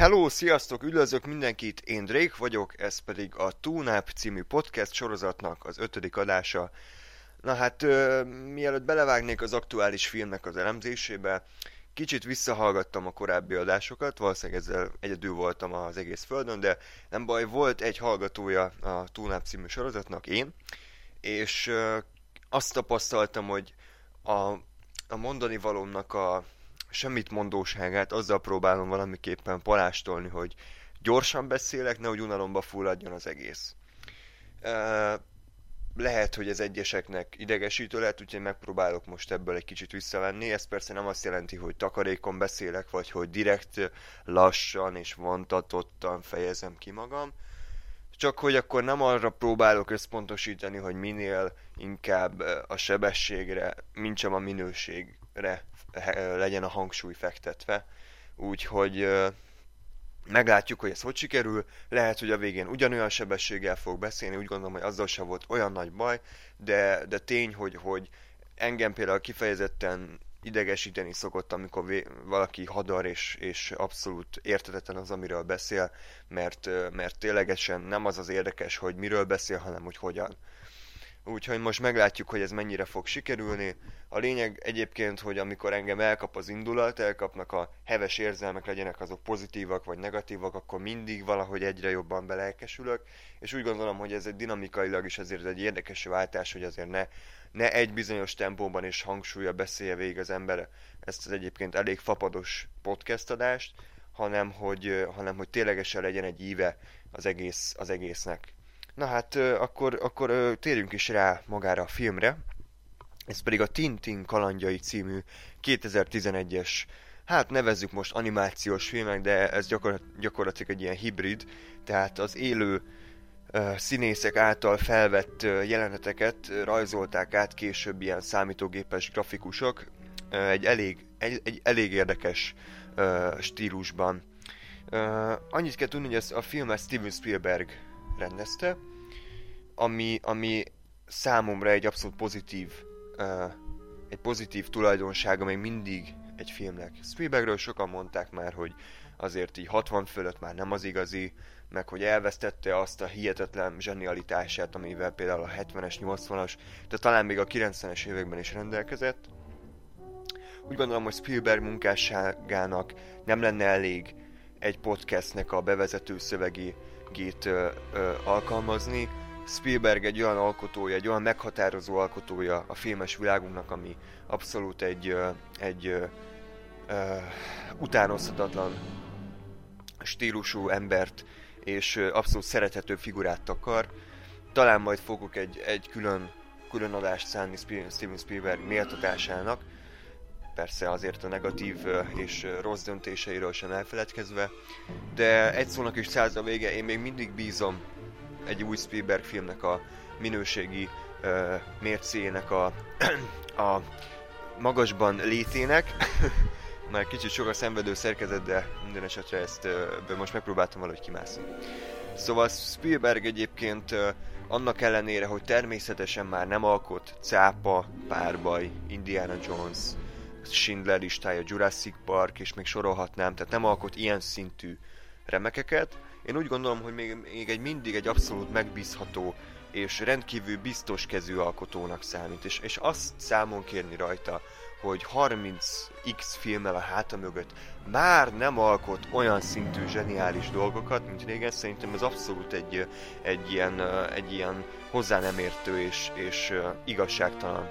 Hello, sziasztok, üdvözlök mindenkit, én Drake vagyok, ez pedig a Tunap című podcast sorozatnak az 5. adása. Na hát, mielőtt belevágnék az aktuális filmnek az elemzésébe, kicsit visszahallgattam a korábbi adásokat, valószínűleg ezzel egyedül voltam az egész földön, de nem baj, volt egy hallgatója a Tunap című sorozatnak, én, és azt tapasztaltam, hogy a, a mondani valómnak a semmit mondóságát azzal próbálom valamiképpen palástolni, hogy gyorsan beszélek, nehogy unalomba fulladjon az egész. Lehet, hogy ez egyeseknek idegesítő lehet, úgyhogy megpróbálok most ebből egy kicsit visszavenni. Ez persze nem azt jelenti, hogy takarékon beszélek, vagy hogy direkt lassan és vontatottan fejezem ki magam. Csak hogy akkor nem arra próbálok összpontosítani, hogy minél inkább a sebességre, mintsem a minőségre legyen a hangsúly fektetve. Úgyhogy meglátjuk, hogy ez hogy sikerül. Lehet, hogy a végén ugyanolyan sebességgel fog beszélni, úgy gondolom, hogy azzal sem volt olyan nagy baj, de tény, hogy engem például kifejezetten idegesíteni szokott, amikor valaki hadar és abszolút érthetetlen az, amiről beszél, mert ténylegesen nem az az érdekes, hogy miről beszél, hanem hogy hogyan. Úgyhogy most meglátjuk, hogy ez mennyire fog sikerülni. A lényeg egyébként, hogy amikor engem elkap az indulat, elkapnak a heves érzelmek, legyenek azok pozitívak vagy negatívak, akkor mindig valahogy egyre jobban belelkesülök, és úgy gondolom, hogy ez egy dinamikailag is azért egy érdekes váltás, hogy azért ne egy bizonyos tempóban és hangsúlya beszélje végig az ember ezt az egyébként elég fapados podcast adást, hanem hogy ténylegesen legyen egy íve az egésznek. Na hát, akkor térjünk is rá magára a filmre. Ez pedig a Tintin kalandjai című 2011-es, hát nevezzük most animációs filmek, de ez gyakorlatilag egy ilyen hibrid, tehát az élő színészek által felvett jeleneteket rajzolták át később ilyen számítógépes grafikusok egy elég érdekes stílusban. Annyit kell tudni, hogy ez a filmet Steven Spielberg rendezte, ami számomra egy abszolút pozitív tulajdonsága még mindig egy filmnek. Spielbergről sokan mondták már, hogy azért így 60 fölött már nem az igazi, meg hogy elvesztette azt a hihetetlen zsenialitását, amivel például a 70-es, 80-as, de talán még a 90-es években is rendelkezett. Úgy gondolom, hogy Spielberg munkásságának nem lenne elég egy podcastnek a bevezető szövegét alkalmazni. Spielberg egy olyan alkotója, egy olyan meghatározó alkotója a filmes világunknak, ami abszolút egy utánozhatatlan stílusú embert és abszolút szerethető figurát takar. Talán majd fogok egy külön adást szánni Steven Spielberg méltatásának, persze azért a negatív és rossz döntéseiről sem elfeledkezve, de egy szónak is száz a vége, én még mindig bízom egy új Spielberg filmnek a minőségi mércéjének a magasban létének. Már kicsit sok a szenvedő szerkezet, de minden esetre ezt most megpróbáltam valahogy kimászni. Szóval Spielberg egyébként annak ellenére, hogy természetesen már nem alkot cápa, párbaj, Indiana Jones, Schindler listája, Jurassic Park, és még sorolhatnám, tehát nem alkot ilyen szintű remekeket. Én úgy gondolom, hogy még mindig egy abszolút megbízható és rendkívül biztos kezű alkotónak számít, és azt számon kérni rajta, hogy 30x filmmel a háta mögött már nem alkot olyan szintű zseniális dolgokat, mint régen, szerintem ez abszolút egy ilyen hozzá nem értő és igazságtalan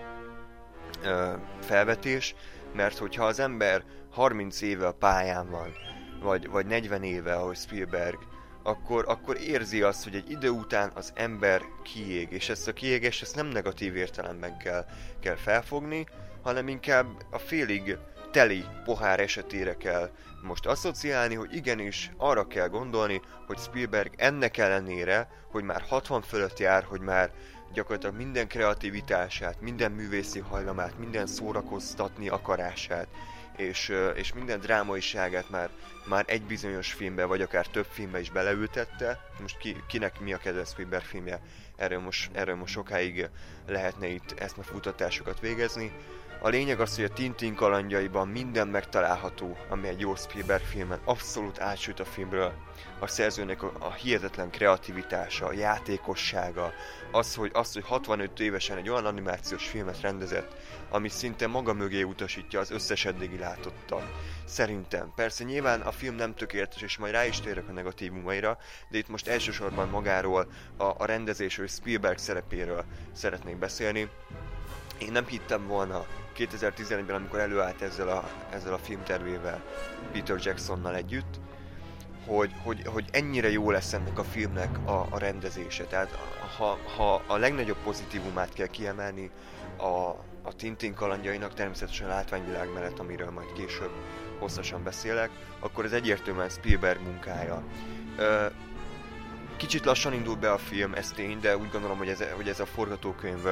felvetés, mert hogyha az ember 30 éve a pályán van, vagy 40 éve, ahogy Spielberg, akkor érzi azt, hogy egy idő után az ember kiég, és ezt a kiégést ezt nem negatív értelemben kell felfogni, hanem inkább a félig teli pohár esetére kell most asszociálni, hogy igenis arra kell gondolni, hogy Spielberg ennek ellenére, hogy már 60 fölött jár, hogy már gyakorlatilag minden kreativitását, minden művészi hajlamát, minden szórakoztatni akarását, és minden drámaiságát már egy bizonyos filmbe, vagy akár több filmbe is beleültette. Most kinek mi a kedvenc Spielberg filmje, erről most sokáig lehetne itt eszmefutatásokat végezni. A lényeg az, hogy a Tintin kalandjaiban minden megtalálható, ami egy jó Spielberg filmen abszolút átsüt a filmről. A szerzőnek a hihetetlen kreativitása, a játékossága, az, hogy 65 évesen egy olyan animációs filmet rendezett, ami szinte maga mögé utasítja az összes eddigi látottat. Szerintem. Persze nyilván a film nem tökéletes, és majd rá is térek a negatívumaira, de itt most elsősorban magáról, a rendezésről, Spielberg szerepéről szeretnék beszélni. Én nem hittem volna 2011-ben, amikor előállt ezzel a filmtervével Peter Jacksonnal együtt, hogy ennyire jó lesz ennek a filmnek a rendezése. Tehát ha a legnagyobb pozitívumát kell kiemelni a Tintin kalandjainak, természetesen a látványvilág mellett, amiről majd később hosszasan beszélek, akkor ez egyértelműen Spielberg munkája. Kicsit lassan indul be a film, ez tény, de úgy gondolom, hogy ez a forgatókönyv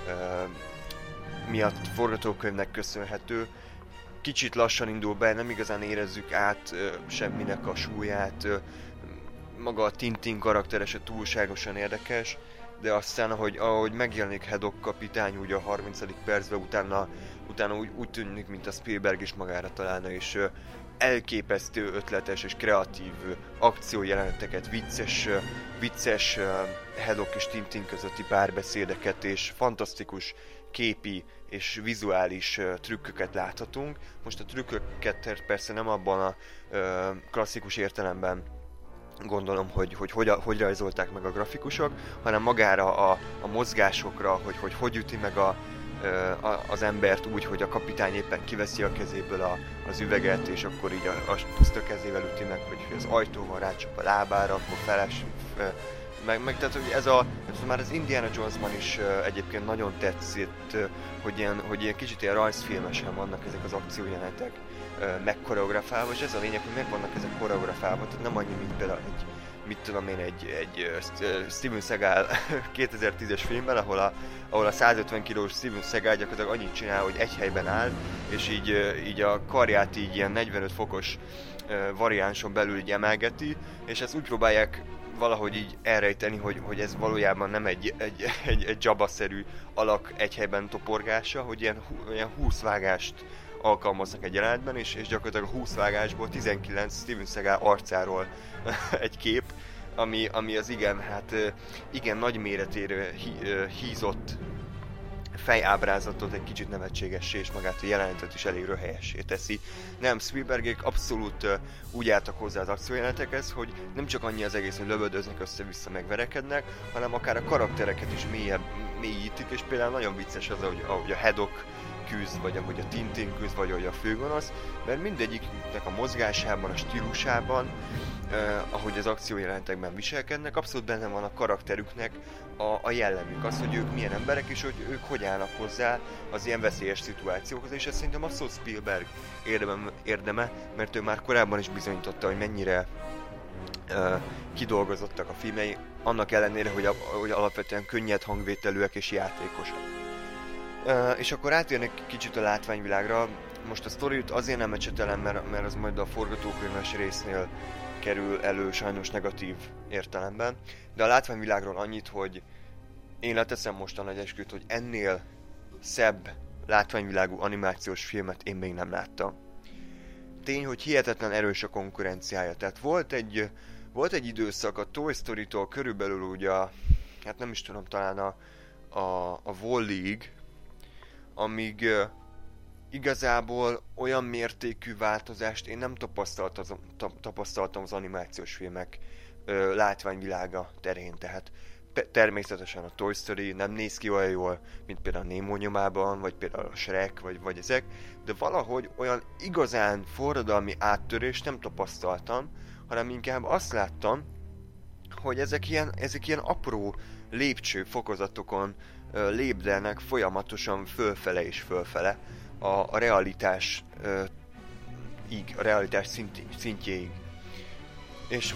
miatt forgatókönyvnek köszönhető. Kicsit lassan indul be, nem igazán érezzük át semminek a súlyát, maga a Tintin karaktere se túlságosan érdekes, de aztán ahogy megjelenik Haddock kapitány úgy a 30. percben, utána úgy tűnik, mint a Spielberg is magára találna, és elképesztő ötletes és kreatív akciójeleneteket, vicces Haddock és Tintin közötti párbeszédeket és fantasztikus képi és vizuális trükköket láthatunk. Most a trükköket persze nem abban a klasszikus értelemben gondolom, hogy rajzolták meg a grafikusok, hanem magára a mozgásokra, hogy üti meg az embert úgy, hogy a kapitány éppen kiveszi a kezéből az üveget, és akkor így a puszta kezével üti meg, hogy az ajtóval rácsap a lábára, akkor meg tehát, hogy ez már az Indiana Jonesban is egyébként nagyon tetszett, hogy ilyen kicsit ilyen rajzfilmesen vannak ezek az akciójelenetek megkoreografálva, és ez a lényeg, hogy meg vannak ezek koreografálva, tehát nem annyi, mint például egy Steven Seagal 2010-es filmben, ahol a 150 kilós Steven Seagal gyakorlatilag annyit csinál, hogy egy helyben áll, és így a karját így ilyen 45 fokos variánson belül így emelgeti, és ezt úgy próbálják valahogy így elrejteni, hogy ez valójában nem egy Jabba-szerű alak egy helyben toporgása, hogy ilyen 20 vágást alkalmaznak egy jelenetben, és gyakorlatilag a 20 vágásból 19 Steven Seagal arcáról egy kép, ami az igen nagy méretére hízott fejábrázatot egy kicsit nevetségessé, és magát a jelenetet is elég röhelyessé teszi. Nem, Spielbergék abszolút úgy álltak hozzá az akciójelenetekhez, hogy nem csak annyi az egész, hogy lövöldöznek össze-vissza, megverekednek, hanem akár a karaktereket is mélyítik, és például nagyon vicces az, ahogy a Haddock küzd, vagy ahogy a Tintin küzd, vagy ahogy a főgonosz, mert mindegyiknek a mozgásában, a stílusában, ahogy az akciójelenetekben viselkednek, abszolút benne van a karakterüknek a jellemük, az, hogy ők milyen emberek, és hogy ők hogy állnak hozzá az ilyen veszélyes szituációkhoz, és ez szerintem abszolút Spielberg érdeme, mert ő már korábban is bizonyította, hogy mennyire kidolgozottak a filmjei, annak ellenére, hogy alapvetően könnyed hangvételűek és játékosak. És akkor átérnek kicsit a látványvilágra. Most a sztorit azért nem ecsetelem, mert az majd a forgatókönyves résznél kerül elő sajnos negatív értelemben. De a látványvilágról annyit, hogy én leteszem most a nagy esküt, hogy ennél szebb látványvilágú animációs filmet én még nem láttam. Tény, hogy hihetetlen erős a konkurenciája. Tehát volt egy időszak a Toy Story-tól körülbelül ugye hát nem is tudom, talán a Wall-Ig, amíg igazából olyan mértékű változást én nem tapasztaltam az animációs filmek látványvilága terén, tehát természetesen a Toy Story nem néz ki olyan jól, mint például a Nemo nyomában, vagy például a Shrek, vagy ezek, de valahogy olyan igazán forradalmi áttörést nem tapasztaltam, hanem inkább azt láttam, hogy ezek ilyen apró lépcsőfokozatokon lépdelnek folyamatosan fölfele és fölfele a realitás szintjéig. És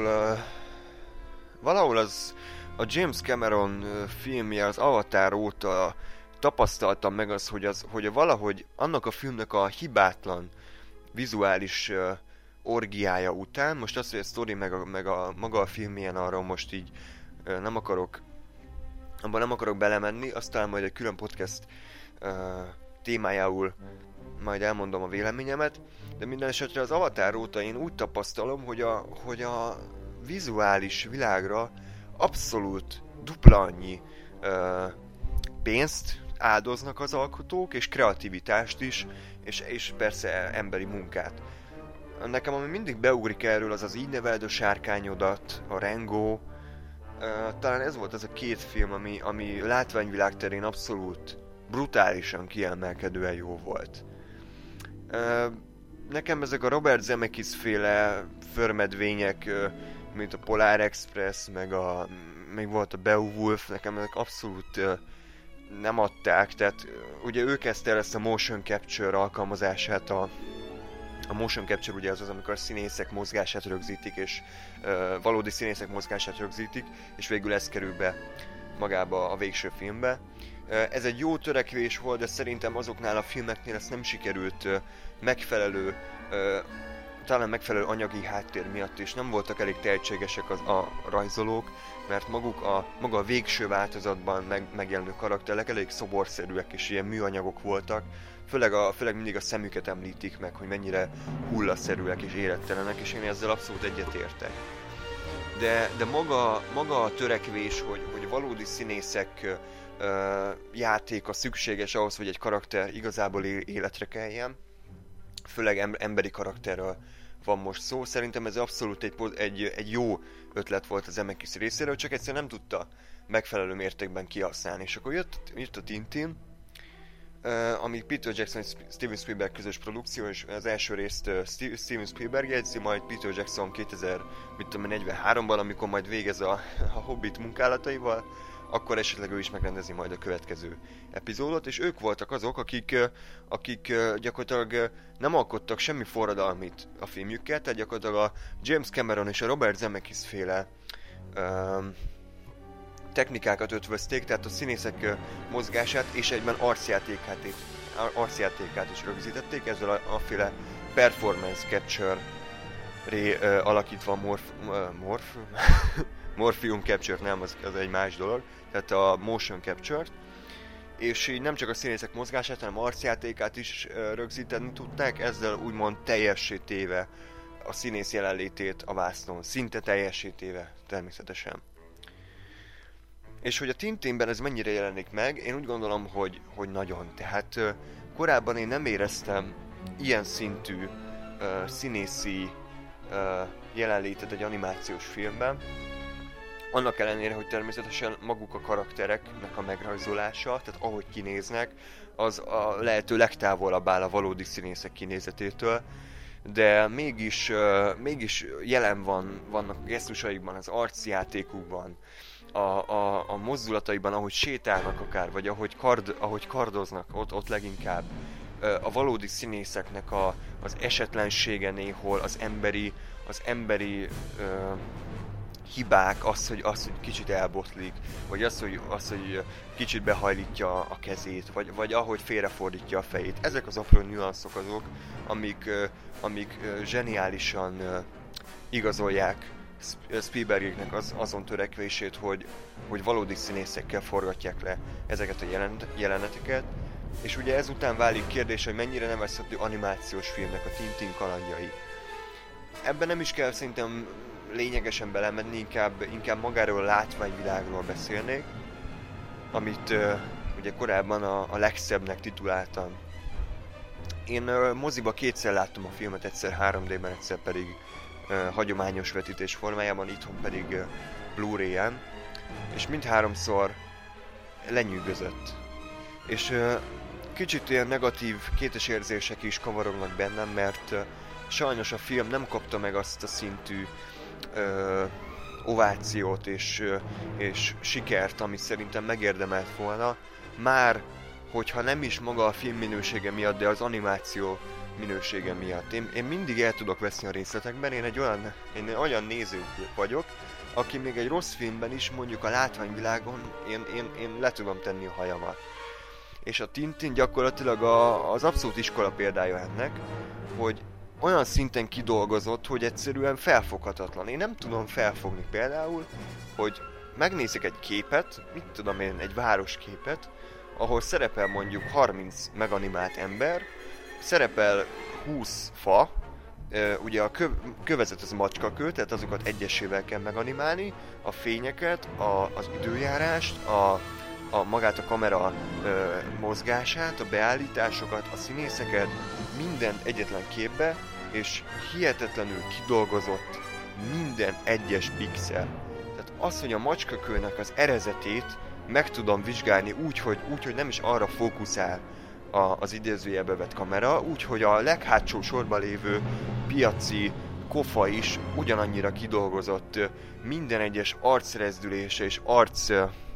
valahol az a James Cameron filmje, az Avatar óta tapasztaltam meg az, hogy valahogy annak a filmnek a hibátlan vizuális orgiája után, most az, hogy a sztori meg a maga a film milyen, arról most így nem akarok belemenni, azt talán majd egy külön podcast témájául majd elmondom a véleményemet, de minden esetre az Avatar óta én úgy tapasztalom, hogy a vizuális világra abszolút dupla annyi pénzt áldoznak az alkotók, és kreativitást is, és persze emberi munkát. Nekem ami mindig beugrik erről, az így neveld a sárkányodat, a Rango. Talán ez volt az a két film, ami látványvilág terén abszolút brutálisan kiemelkedően jó volt. Nekem ezek a Robert Zemeckis féle förmedvények, mint a Polar Express, meg volt a Beowulf, nekem ezek abszolút nem adták, tehát ugye ő kezdte el ezt a motion capture alkalmazását, a motion capture ugye az, amikor a színészek mozgását rögzítik, és valódi színészek mozgását rögzítik, és végül ez kerül be magába a végső filmbe. Ez egy jó törekvés volt, de szerintem azoknál a filmeknél ezt nem sikerült talán megfelelő anyagi háttér miatt, és nem voltak elég tehetségesek a rajzolók, mert maga a végső változatban megjelenő karakterek elég szoborszerűek és ilyen műanyagok voltak, főleg mindig a szemüket említik meg, hogy mennyire hullaszerűek és élettelenek, és én ezzel abszolút egyetértek. De maga a törekvés, hogy valódi színészek játéka szükséges ahhoz, hogy egy karakter igazából életre keljen, főleg emberi karakterről van most szó. Szerintem ez abszolút egy jó ötlet volt az Zemeckis részéről, csak egyszerűen nem tudta megfelelő mértékben kihasználni. És akkor jött a Tintin, ami Peter Jackson és Steven Spielberg közös produkció, és az első részt Steven Spielberg jegyzi, majd Peter Jackson 2043-ban, amikor majd végez a Hobbit munkálataival, akkor esetleg ő is megrendezi majd a következő epizódot, és ők voltak azok, akik gyakorlatilag nem alkottak semmi forradalmit a filmjükkel, tehát gyakorlatilag a James Cameron és a Robert Zemeckis féle technikákat ötvözték, tehát a színészek mozgását és egyben arcjátékát is rögzítették, ezzel a féle performance capture-ré alakítva Morphium Capture, nem, az egy más dolog, tehát a Motion Capture-t, és így nem csak a színészek mozgását, hanem arcjátékát is rögzíteni tudták, ezzel úgymond teljessé téve a színész jelenlétét a vásznon, szinte teljessé téve természetesen. És hogy a Tintinben ez mennyire jelenik meg, én úgy gondolom, hogy nagyon. Tehát korábban én nem éreztem ilyen szintű színészi jelenlétet egy animációs filmben, annak ellenére, hogy természetesen maguk a karaktereknek a megrajzolása, tehát ahogy kinéznek, az a lehető legtávolabb áll a valódi színészek kinézetétől, de mégis jelen vannak a gesztusaikban, az arcjátékukban, a mozdulataiban, ahogy sétálnak akár, vagy ahogy kardoznak, ott leginkább a valódi színészeknek az esetlensége néhol, az emberi hibák, az, hogy kicsit elbotlik, vagy az, hogy kicsit behajlítja a kezét, vagy ahogy félrefordítja a fejét. Ezek az apró nüanszok azok, amik zseniálisan igazolják Spielbergnek azon törekvését, hogy valódi színészekkel forgatják le ezeket a jeleneteket, és ugye ezután válik kérdés, hogy mennyire nevezhető animációs filmnek a Tintin kalandjai. Ebben nem is kell szerintem lényegesen belemenni, inkább magáról a látványvilágról beszélnék, amit ugye korábban a legszebbnek tituláltam. Én moziba kétszer láttam a filmet, egyszer 3D-ben, egyszer pedig hagyományos vetítés formájában, itthon pedig Blu-ray-en, és mindháromszor lenyűgözött. És kicsit ilyen negatív kétes érzések is kavarognak bennem, mert sajnos a film nem kapta meg azt a szintű ovációt és sikert, amit szerintem megérdemelt volna. Már, hogyha nem is maga a film minősége miatt, de az animáció minősége miatt. Én mindig el tudok veszni a részletekben, én olyan néző vagyok, aki még egy rossz filmben is, mondjuk a látványvilágon, én le tudom tenni a hajamat. És a Tintin gyakorlatilag az abszolút iskola példája ennek, hogy olyan szinten kidolgozott, hogy egyszerűen felfoghatatlan. Én nem tudom felfogni például, hogy megnézek egy képet, mit tudom én, egy városképet, ahol szerepel mondjuk 30 meganimált ember, szerepel 20 fa, ugye a kövezet az macskakő, tehát azokat egyesével kell meganimálni, a fényeket, az időjárást, magát a kamera mozgását, a beállításokat, a színészeket, mindent egyetlen képbe, és hihetetlenül kidolgozott minden egyes pixel. Tehát az, hogy a macskakőnek az erezetét meg tudom vizsgálni úgy, hogy nem is arra fókuszál az idézőjelbe vett kamera, úgyhogy a leghátsó sorban lévő piaci kofa is ugyanannyira kidolgozott, minden egyes arcrezdülése és arc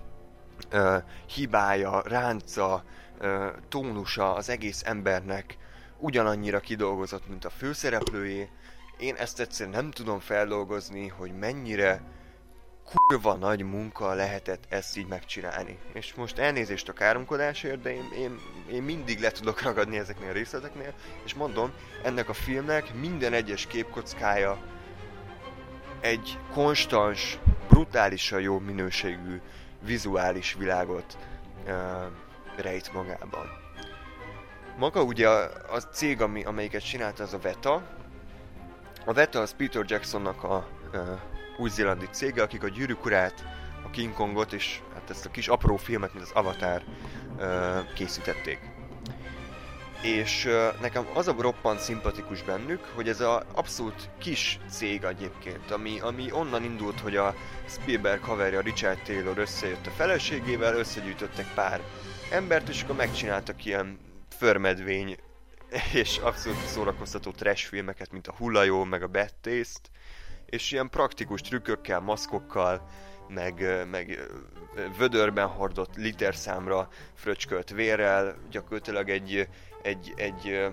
hibája, ránca, tónusa az egész embernek ugyanannyira kidolgozott, mint a főszereplőjé. Én ezt egyszerűen nem tudom feldolgozni, hogy mennyire kurva nagy munka lehetett ezt így megcsinálni. És most elnézést a káromkodásért, de én mindig le tudok ragadni ezeknél a részleteknél, és mondom, ennek a filmnek minden egyes képkockája egy konstans, brutálisan jó minőségű vizuális világot rejt magában. Maga ugye a cég, amelyiket csinálta, az a Weta. A Weta az Peter Jacksonnak a új-zélandi cége, akik a Gyűrűk Urát, a King Kongot és hát ezt a kis apró filmet, mint az Avatar készítették. És nekem az a roppant szimpatikus bennük, hogy ez az abszolút kis cég egyébként, ami onnan indult, hogy a Spielberg haverja Richard Taylor összejött a feleségével, összegyűjtöttek pár embert, és akkor megcsináltak ilyen förmedvény és abszolút szórakoztató trash filmeket, mint a Hullajó, meg a Bad Taste, és ilyen praktikus trükkökkel, maszkokkal, meg vödörben hordott literszámra fröcskölt vérrel, gyakorlatilag egy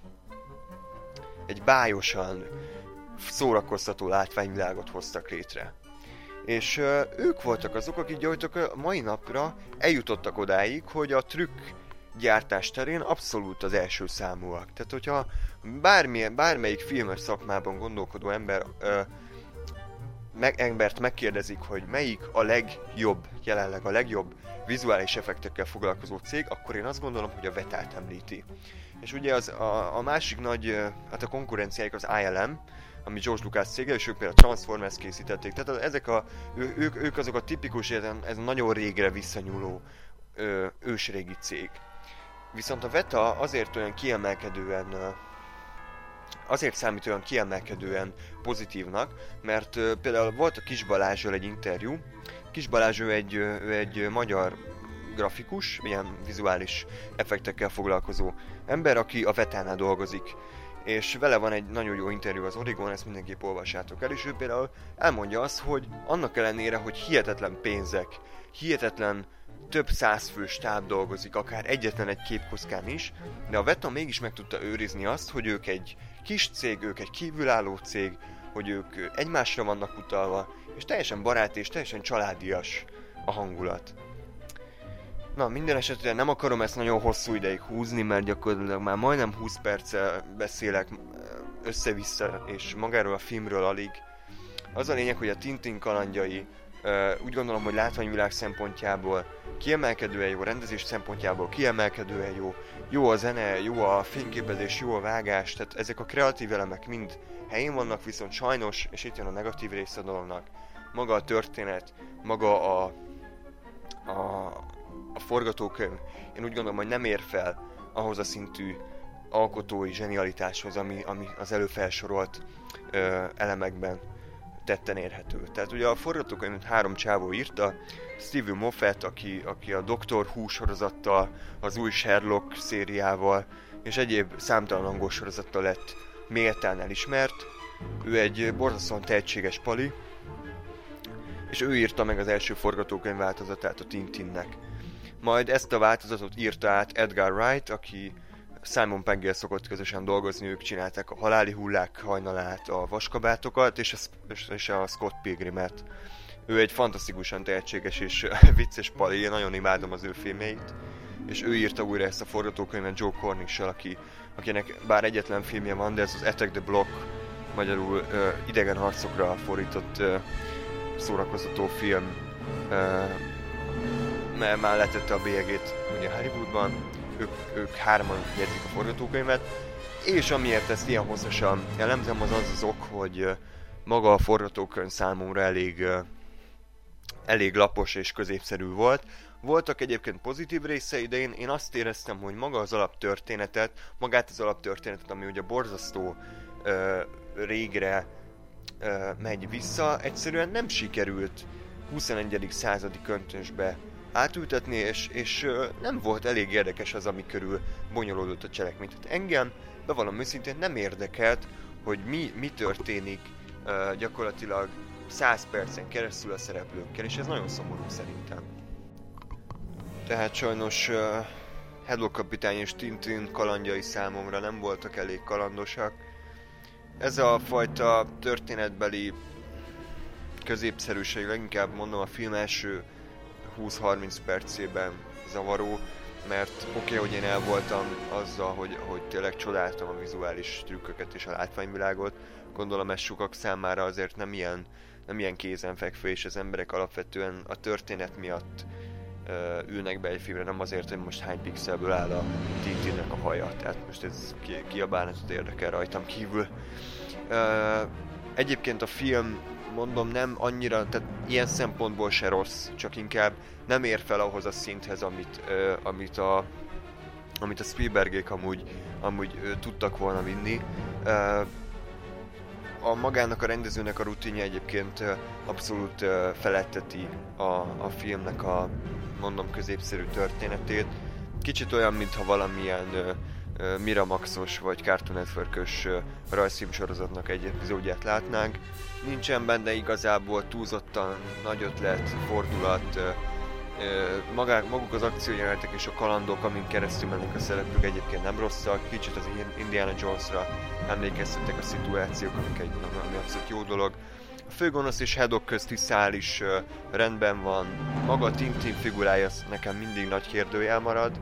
bályosan szórakoztató látványvilágot hoztak létre. És ők voltak azok, akik gyakorlatilag a mai napra eljutottak odáig, hogy a trükk gyártás terén abszolút az első számúak. Tehát, hogyha bármelyik filmes szakmában gondolkodó embert megkérdezik, hogy melyik a legjobb, jelenleg a legjobb vizuális effektekkel foglalkozó cég, akkor én azt gondolom, hogy a Vetát említi. És ugye a másik nagy, hát a konkurenciáik az ILM, ami George Lucas cége, és ők például a Transformers készítették. Tehát ők azok a tipikus, ez nagyon régre visszanyúló ősrégi cég. Viszont a Weta azért számít olyan kiemelkedően pozitívnak, mert például volt a Kis Balázsral egy interjú. Kis Balázs ő egy magyar grafikus, ilyen vizuális effektekkel foglalkozó ember, aki a Vetánál dolgozik. És vele van egy nagyon jó interjú az Origon, ezt mindenképp olvassátok el, és ő például elmondja azt, hogy annak ellenére, hogy hihetetlen pénzek, hihetetlen több százfős stáb dolgozik, akár egyetlen egy képkockán is, de a Weta mégis meg tudta őrizni azt, hogy ők egy kis cég, ők egy kívülálló cég, hogy ők egymásra vannak utalva, és teljesen baráti és teljesen családias a hangulat. Na, minden esetre nem akarom ezt nagyon hosszú ideig húzni, mert gyakorlatilag már majdnem 20 perccel beszélek össze-vissza, és magáról a filmről alig. Az a lényeg, hogy a Tintin kalandjai úgy gondolom, hogy látványvilág szempontjából kiemelkedően jó, rendezés szempontjából kiemelkedően jó, jó a zene, jó a fényképezés, jó a vágás, tehát ezek a kreatív elemek mind helyén vannak, viszont sajnos, és itt jön a negatív része a dolognak, maga a történet, maga a forgatókönyv, én úgy gondolom, hogy nem ér fel ahhoz a szintű alkotói zsenialitáshoz, ami az előfelsorolt elemekben tetten érhető. Tehát ugye a forgatókönyvet 3 csávó írta, Steven Moffat, aki a Doctor Who sorozattal, az új Sherlock szériával, és egyéb számtalan angol sorozattal lett méltán elismert. Ő egy borzasztóan tehetséges pali, és ő írta meg az első forgatókönyv változatát a Tintinnek. Majd ezt a változatot írta át Edgar Wright, aki Simon Pegg-el szokott közösen dolgozni, ők csinálták a Haláli hullák hajnalát, a Vaskabátokat és a Scott Pilgrimet. Ő egy fantasztikusan tehetséges és vicces pali, én nagyon imádom az ő filmjeit, és ő írta újra ezt a forgatókönyvet Joe Cornish-sal, akinek bár egyetlen filmje van, de ez az Attack the Block, magyarul idegen harcokra fordított szórakoztató film. mert már letette a bélyegét ugye Hollywoodban, ők hárman jegyzik a forgatókönyvet, és amiért ezt ilyen hosszasan elemzem, az ok, hogy maga a forgatókönyv számomra elég lapos és középszerű volt. Voltak egyébként pozitív részei, de én azt éreztem, hogy magát az alaptörténetet, ami ugye borzasztó régre megy vissza, egyszerűen nem sikerült 21. századi köntösbe átültetni, és nem volt elég érdekes az, ami körül bonyolódott a cselekmény. Tehát engem, bevallom őszintén, nem érdekelt, hogy mi történik gyakorlatilag 100 percen keresztül a szereplőkkel, és ez nagyon szomorú szerintem. Tehát sajnos Haddock kapitány és Tintin kalandjai számomra nem voltak elég kalandosak. Ez a fajta történetbeli középszerűség, leginkább mondom a film első 20-30 percében zavaró, mert oké, hogy én el voltam azzal, hogy tényleg csodáltam a vizuális trükköket és a látványvilágot. Gondolom ez sokak számára azért nem ilyen kézenfekvő, és az emberek alapvetően a történet miatt ülnek be egy filmre, nem azért, hogy most hány pixelből áll a Tintinnek a haja. Tehát most ez ki a bánatot érdekel rajtam kívül. Egyébként a film, mondom, nem annyira, tehát ilyen szempontból se rossz, csak inkább nem ér fel ahhoz a szinthez, amit a Spielbergék amúgy tudtak volna vinni. A magának a rendezőnek a rutinja egyébként abszolút feletteti a filmnek a, mondom, középszerű történetét. Kicsit olyan, mintha valamilyen Miramaxos vagy Cartoon Network-ös rajzfilmsorozatnak egy epizódját látnánk. Nincsen benne igazából túlzottan nagy ötlet, fordulat, maguk az akciójelenetek és a kalandok, amin keresztül mennek a szereplők, egyébként nem rosszak, kicsit az Indiana Jonesra emlékeztettek a szituációk, ami abszolút jó dolog. A főgonosz és Haddock közti szál is rendben van, maga a Tintin figurája nekem mindig nagy kérdőjel marad.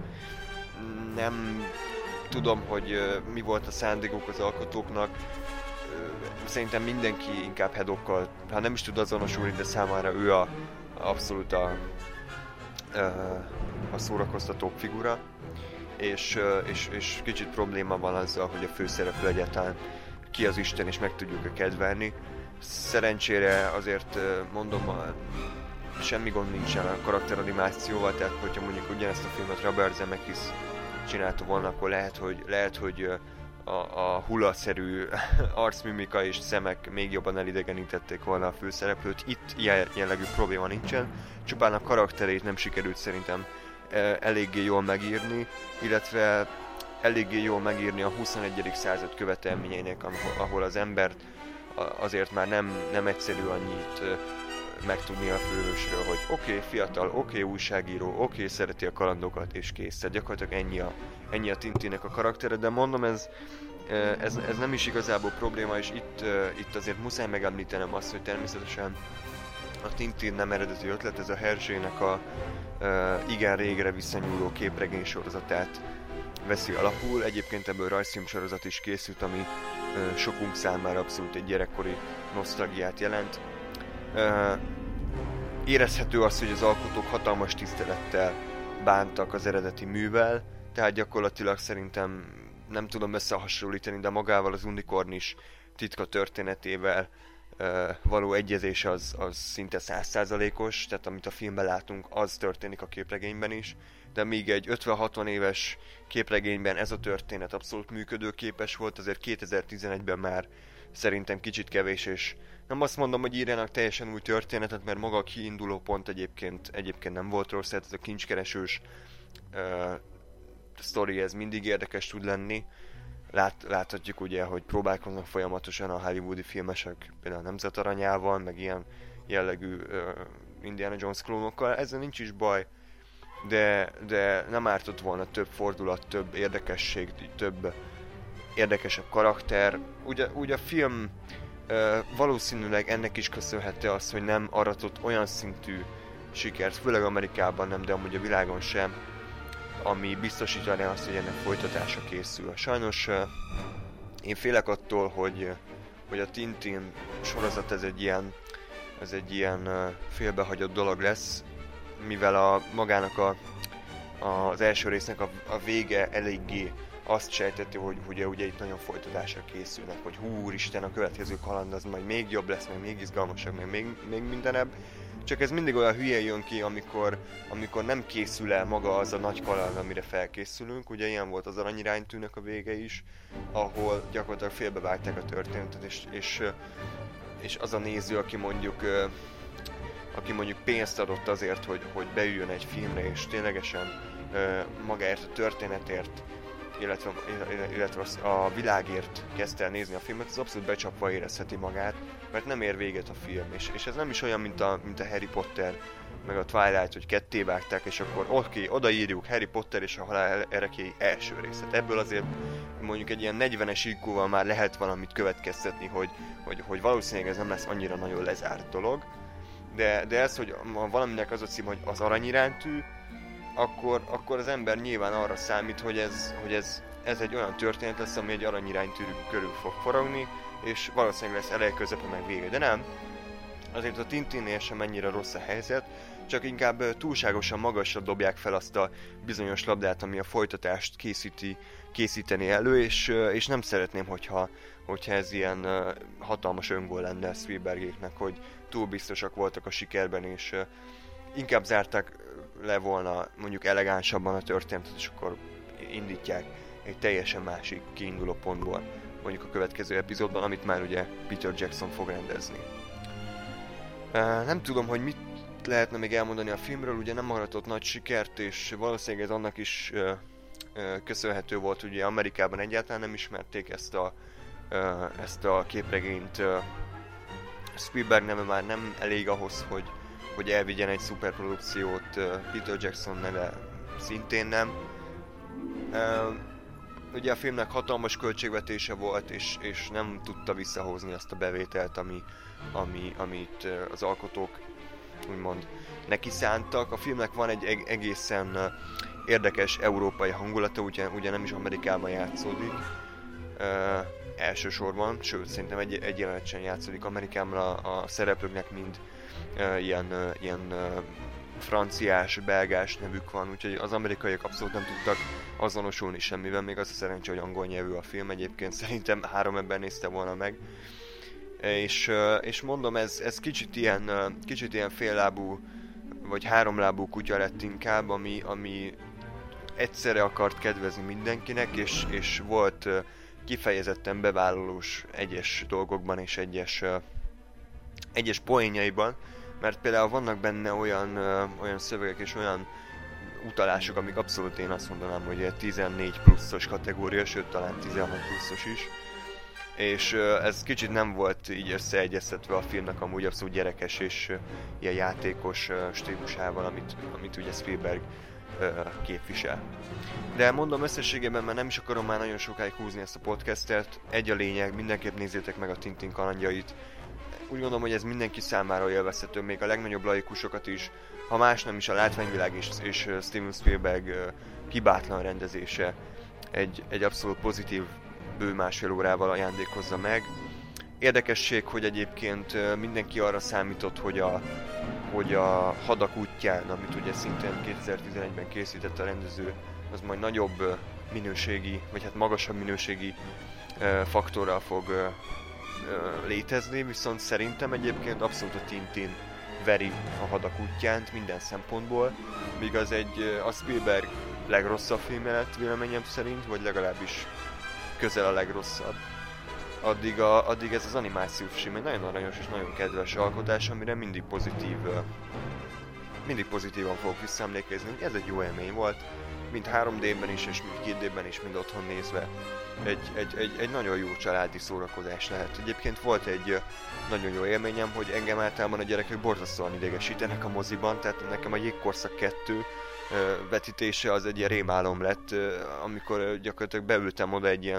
Nem tudom, hogy mi volt a szándékuk az alkotóknak. Szerintem mindenki inkább Haddockkal, ha nem is tud azonosulni, de számára ő abszolút a szórakoztatóbb figura, és kicsit probléma van azzal, hogy a főszereplő egyáltalán ki az Isten, és meg tudjuk kedvelni. Szerencsére azért mondom, semmi gond nincsen a karakteranimációval, tehát hogyha mondjuk ugyanezt a filmet Robert Zemeckis csinálta volna, akkor lehet, hogy a hullaszerű arcmimika és szemek még jobban elidegenítették volna a főszereplőt. Itt ilyen jellegű probléma nincsen, csupán a karakterét nem sikerült szerintem eléggé jól megírni, illetve eléggé jól megírni a 21. század követelményeinek, ahol az ember azért már nem egyszerű annyit megtudni a főhősről, hogy oké, fiatal, oké, újságíró, oké, szereti a kalandokat, és kész. Tehát gyakorlatilag ennyi a Tintinnek a karaktere, de mondom, ez nem is igazából probléma, és itt azért muszáj megemlítenem azt, hogy természetesen a Tintin nem eredeti ötlet, ez a Hergének a igen régre visszanyúló képregény sorozatát veszi alapul. Egyébként ebből rajzfilm sorozat is készült, ami sokunk számára abszolút egy gyerekkori nosztalgiát jelent. Érezhető az, hogy az alkotók hatalmas tisztelettel bántak az eredeti művel, tehát gyakorlatilag szerintem nem tudom összehasonlítani, de magával az Unicornis titka történetével való egyezés az szinte 100%-os, tehát amit a filmben látunk, az történik a képregényben is, de míg egy 50-60 éves képregényben ez a történet abszolút működőképes volt, azért 2011-ben már szerintem kicsit kevés, és nem azt mondom, hogy írjanak teljesen új történetet, mert maga a kiinduló pont egyébként nem volt rossz, tehát ez a kincskeresős sztori, ez mindig érdekes tud lenni. Láthatjuk ugye, hogy próbálkoznak folyamatosan a hollywoodi filmesek, például a Nemzet Aranyával, meg ilyen jellegű Indiana Jones klónokkal, ezzel nincs is baj, de nem ártott volna több fordulat, több érdekesség, több érdekesebb karakter. Ugye a film valószínűleg ennek is köszönhette azt, hogy nem aratott olyan szintű sikert, főleg Amerikában nem, de amúgy a világon sem, ami biztosítaná azt, hogy ennek folytatása készül. Sajnos én félek attól, hogy a Tintin sorozat ez egy ilyen félbehagyott dolog lesz. mivel magának az első résznek a vége eléggé azt sejteti, hogy ugye itt nagyon folytatásra készülnek, hogy úristen, a következő kaland az majd még jobb lesz, meg még izgalmasabb, meg még mindenebb. Csak ez mindig olyan hülye jön ki, amikor nem készül el maga az a nagy kaland, amire felkészülünk. Ugye ilyen volt az Aranyiránytűnek a vége is, ahol gyakorlatilag félbevágták a történetet, és az a néző, aki mondjuk pénzt adott azért, hogy beüljön egy filmre, és ténylegesen magáért a történetért, illetve a világért kezdte el nézni a filmet, az abszolút becsapva érezheti magát, mert nem ér véget a film, és ez nem is olyan, mint a Harry Potter, meg a Twilight, hogy ketté vágták, és akkor oké, odaírjuk Harry Potter és a halál erekély első részet. Ebből azért mondjuk egy ilyen 40-es IQ-val már lehet valamit következtetni, hogy valószínűleg ez nem lesz annyira nagyon lezárt dolog, de ez, hogy valaminek az a cím, hogy az Aranyiránytű, akkor az ember nyilván arra számít, hogy ez egy olyan történet lesz, ami egy aranyiránytű körül fog forogni, és valószínűleg lesz eleje, közepe, meg vége, de nem. Azért a Tintinnél sem ennyire rossz a helyzet, csak inkább túlságosan magasra dobják fel azt a bizonyos labdát, ami a folytatást készíteni elő, és nem szeretném, hogyha ez ilyen hatalmas öngól lenne Spielbergéknek, hogy túl biztosak voltak a sikerben, és inkább zárták le volna mondjuk elegánsabban a történetet, és akkor indítják egy teljesen másik kiinduló pontból, mondjuk a következő epizódban, amit már ugye Peter Jackson fog rendezni. Nem tudom, hogy mit lehetne még elmondani a filmről, ugye nem aratott nagy sikert, és valószínűleg ez annak is köszönhető volt, ugye Amerikában egyáltalán nem ismerték ezt a képregényt. Spielberg neve már nem elég ahhoz, hogy elvigyen egy szuperprodukciót, Peter Jackson neve szintén nem. Ugye a filmnek hatalmas költségvetése volt, és nem tudta visszahozni azt a bevételt, amit az alkotók úgymond neki szántak. A filmnek van egy egészen érdekes európai hangulata, ugye nem is Amerikában játszódik elsősorban, sőt szerintem egy jelenet sem játszódik Amerikában, a szereplőknek mind ilyen franciás, belgás nevük van, úgyhogy az amerikaiak abszolút nem tudtak azonosulni semmivel, még az a szerencsé, hogy angol nyelvű a film, egyébként szerintem 3 ember nézte volna meg. És mondom, ez kicsit ilyen féllábú, vagy 3 lábú kutya lett inkább, ami egyszerre akart kedvezni mindenkinek, és volt kifejezetten bevállalós egyes dolgokban és egyes poénjaiban, mert például vannak benne olyan szövegek és olyan utalások, amik abszolút én azt mondanám, hogy 14 pluszos kategória, sőt talán 16 pluszos is. És ez kicsit nem volt így összeegyeztetve a filmnek amúgy abszolút gyerekes és ilyen játékos stílusával, amit ugye Spielberg képvisel. De mondom összességében, mert nem is akarom már nagyon sokáig húzni ezt a podcastet, egy a lényeg, mindenképp nézzétek meg a Tintin kalandjait. Úgy gondolom, hogy ez mindenki számára élvezhető, még a legnagyobb laikusokat is, ha más nem is a látványvilág és Steven Spielberg hibátlan rendezése egy abszolút pozitív bő másfél órával ajándékozza meg. Érdekesség, hogy egyébként mindenki arra számított, hogy a Hadak útján, amit ugye szintén 2011-ben készített a rendező, az majd nagyobb minőségi, vagy hát magasabb minőségi faktorral fog létezni, viszont szerintem egyébként abszolút a Tintin veri a Hadak útjánt minden szempontból, míg az a Spielberg legrosszabb filmje lett véleményem szerint, vagy legalábbis közel a legrosszabb. Addig ez az animációs film egy nagyon aranyos és nagyon kedves alkotás, amire mindig pozitívan fogok visszaemlékezni, hogy ez egy jó élmény volt, mind 3D-ben is, és mind 2D-ben is, mind otthon nézve. Egy nagyon jó családi szórakozás lehet. Egyébként volt egy nagyon jó élményem, hogy engem általában a gyerekek borzasztóan idegesítenek a moziban, tehát nekem a Jégkorszak 2 vetítése az egy ilyen rémálom lett, amikor gyakorlatilag beültem oda egy ilyen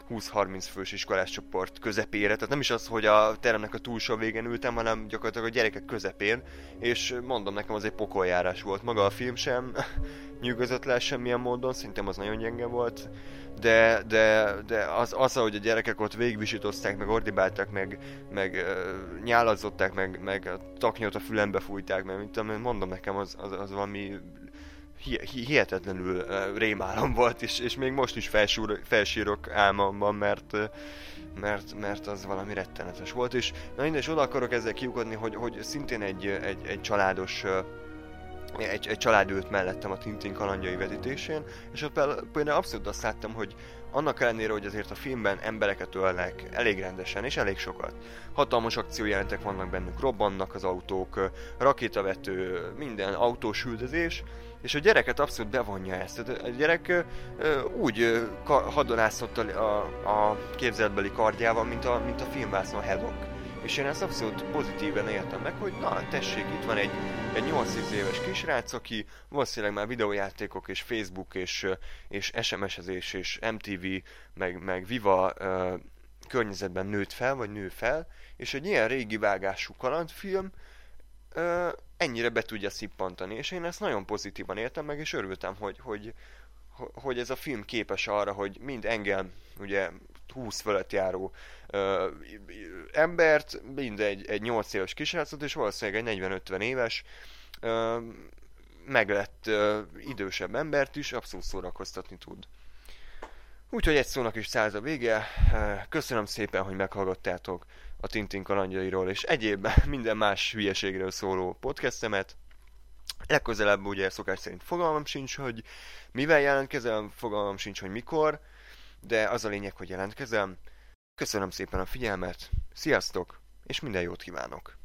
20-30 fős iskolás csoport közepére, tehát nem is az, hogy a teremnek a túlsó végén ültem, hanem gyakorlatilag a gyerekek közepén, és mondom, nekem az egy pokoljárás volt. Maga a film sem nyűgözött le semmilyen módon, szerintem az nagyon gyenge volt, de az, ahogy a gyerekek ott végigvisítozták, meg ordibálták, meg nyáladzották, meg a taknyot a fülembe fújták, meg mint tudom, mondom, nekem az valami hihetetlenül rémálom volt, és még most is felsírok álmomban, mert az valami rettenetes volt, és na minden, és oda akarok ezzel kiukodni, hogy szintén egy családos egy család ült mellettem a Tintin kalandjai vetítésén, és ott például abszolút azt láttam, hogy annak ellenére, hogy azért a filmben embereket ölnek elég rendesen és elég sokat. Hatalmas akciójelentek vannak bennük, robbannak az autók, rakétavető, minden autós üldözés, és a gyereket abszolút bevonja ezt. A gyerek úgy hadonászott a képzeletbeli kardjával, mint a filmvászon Hedok. És én ezt abszolút pozitíven éltem meg, hogy na tessék, itt van egy 8-10 éves kisrác, aki valószínűleg már videójátékok és Facebook és SMS-ezés és MTV meg Viva környezetben nőtt fel, vagy nő fel, és egy ilyen régi vágású kalandfilm ennyire be tudja szippantani, és én ezt nagyon pozitívan éltem meg, és örültem, hogy ez a film képes arra, hogy mind engem, ugye 20 fölött járó embert, mind egy 8 éves kisrácot, és valószínűleg egy 40-50 éves meglett idősebb embert is abszolút szórakoztatni tud. Úgyhogy egy szónak is száz a vége. Köszönöm szépen, hogy meghallgattátok a Tintin kalandjairól és egyéb minden más hülyeségről szóló podcastemet. Legközelebb ugye szokás szerint fogalmam sincs, hogy mivel jelentkezem, fogalmam sincs, hogy mikor, de az a lényeg, hogy jelentkezem. Köszönöm szépen a figyelmet, sziasztok, és minden jót kívánok!